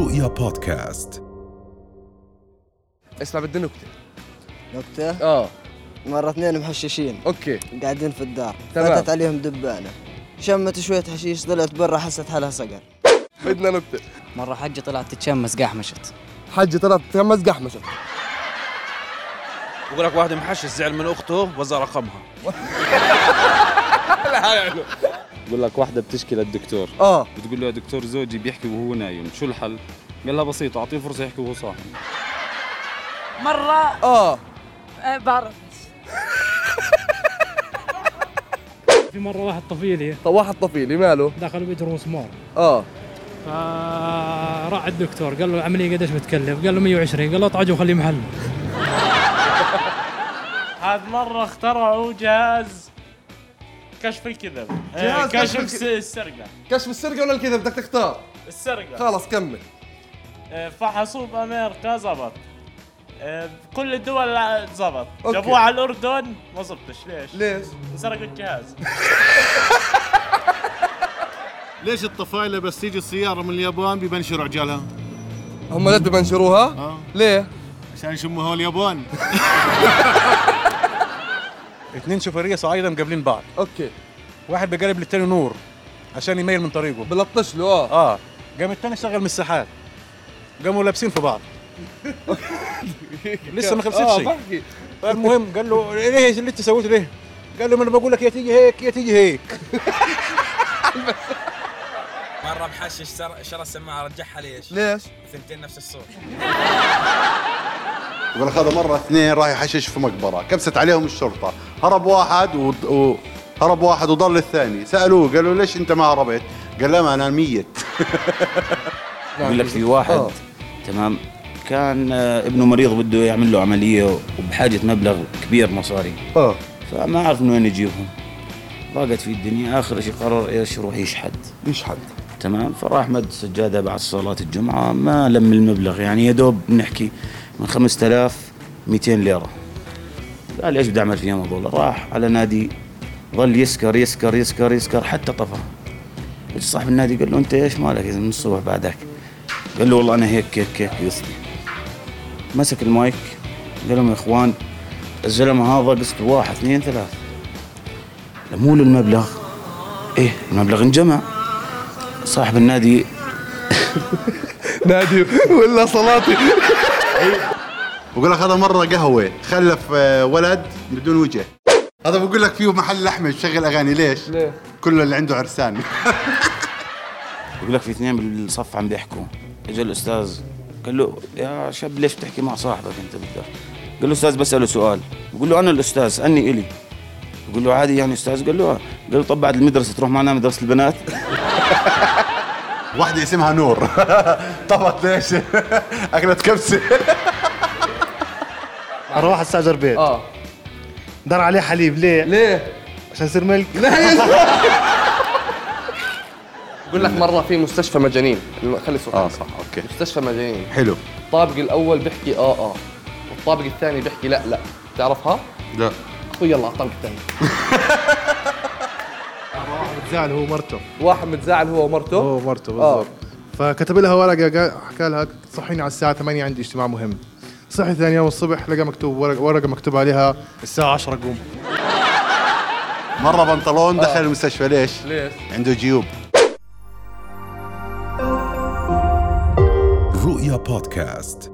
رؤيا بودكاست. اسمع، بدي نكتة؟ مرة اثنين محششين اوكي قاعدين في الدار، تمام. فاتت عليهم دبانة، شمت شوية حشيش، طلعت برا حست حالها صقر. بدنا نكتة. مرة حجة طلعت تتشمس قحمشت. حجة طلعت تتشمس قحمشت. بقول لك واحد محشش زعل من اخته وزع رقمها. لا يعني بقول لك واحدة بتشكي للدكتور بتقول له يا دكتور زوجي بيحكي وهو نايم، شو الحل؟ قال لها بسيط، أعطيه فرصة يحكي وهو صاحي. مرة بعرف في مرة واحد طفيلي واحد طفيلي ماله دخل بيته مسمار فراح الدكتور قال له العملية قديش بتكلف؟ قال له 120. قال له اطعجه وخليه محله. هذه مرة اخترعوا جهاز كشف الكذب، كشف السرقة. كشف السرقة ولا الكذب؟ بدك تختار. السرقة. خلاص كمل. فحصوه بأمريكا زبط، كل الدول زبط، جابوه على الأردن ما زبطش. ليش؟ سرقوا الجهاز. ليش الطفايلة بس تيجي السيارة من اليابان بيبنشروا عجالها؟ هم جد بنشروها؟ ليه؟ عشان يشموها اليابان. اثنين شوفيرية صعيدة مقابلين بعض. اوكي. واحد بقلب للتاني نور عشان يميل من طريقه، بلطش له. قام التاني شغل مساحات، قاموا لابسين في بعض. لسه ما خلصتش شيء. المهم قال له ليه اللي انت سويته ليه؟ قال له ما انا بقول لك يا تيجي هيك يا تيجي هيك. مرة محشش شرى السماعة رجعها ليش؟ ثنتين نفس الصوت. يقول لك هذا مرة اثنين راح يحشش في مقبرة، كبست عليهم الشرطة، هرب واحد وضل الثاني، سألوه قالوا ليش انت ما هربت؟ قال لا ما انا ميت. يقول لك في واحد تمام كان ابنه مريض بده يعمل له عملية وبحاجة مبلغ كبير مصاري، فما عرف من وين يجيبهم، ضاقت في الدنيا. آخر شيء قرر ايش يروح يشحد تمام. فراح مد سجادة بعد صلاة الجمعة، ما لم المبلغ، يعني يدوب نحكي من 5200 ليرة. قال ايش بدي اعمل فيهم هذول؟ راح على نادي، ظل يسكر يسكر يسكر يسكر حتى طفى. صاحب النادي قال له انت ايش مالك من الصبح بعدك؟ قال له والله انا هيك يصلي. مسك المايك قال لهم يا اخوان الزلمه هذا قصته 1 2 3، لموا له المبلغ. المبلغ انجمع. صاحب النادي نادي ولا صلاتي. بقول لك هذا مرة قهوة خلف ولد بدون وجه. هذا بقول لك فيه محل لحمة بشغل أغاني. ليه؟ كل اللي عنده عرسان. بقول لك في اثنين بالصف عم بيحكوا، اجى الاستاذ قال له يا شاب ليش بتحكي مع صاحبك انت بالدار؟ قال له استاذ بسأله سؤال. بقول له انا الاستاذ اسألني الي. بقول له عادي يعني استاذ؟ قال له طب بعد المدرسة تروح معنا مدرسة البنات؟ واحدة اسمها نور طبت ليش؟ أكلت كبسة. مرة واحد استأجر بيت دار عليه حليب. ليه؟ عشان يصير ملك. بقول لك مرة في مستشفى مجانين، خلي صوتك. صح اوكي. مستشفى مجانين حلو. الطابق الأول بيحكي والطابق الثاني بيحكي لا. تعرفها؟ لا. أخوي يلا على الطابق الثاني. واحد متزاعل هو ومرته بالضبط. فكتب لها ورقة حكى لها صحيني على الساعة 8 عندي اجتماع مهم. صحي ثاني يوم الصبح لقى مكتوب ورقة مكتوب عليها الساعة 10 قوم. مرة بنطلون دخل المستشفى. ليش؟ عنده جيوب. رؤيا بودكاست.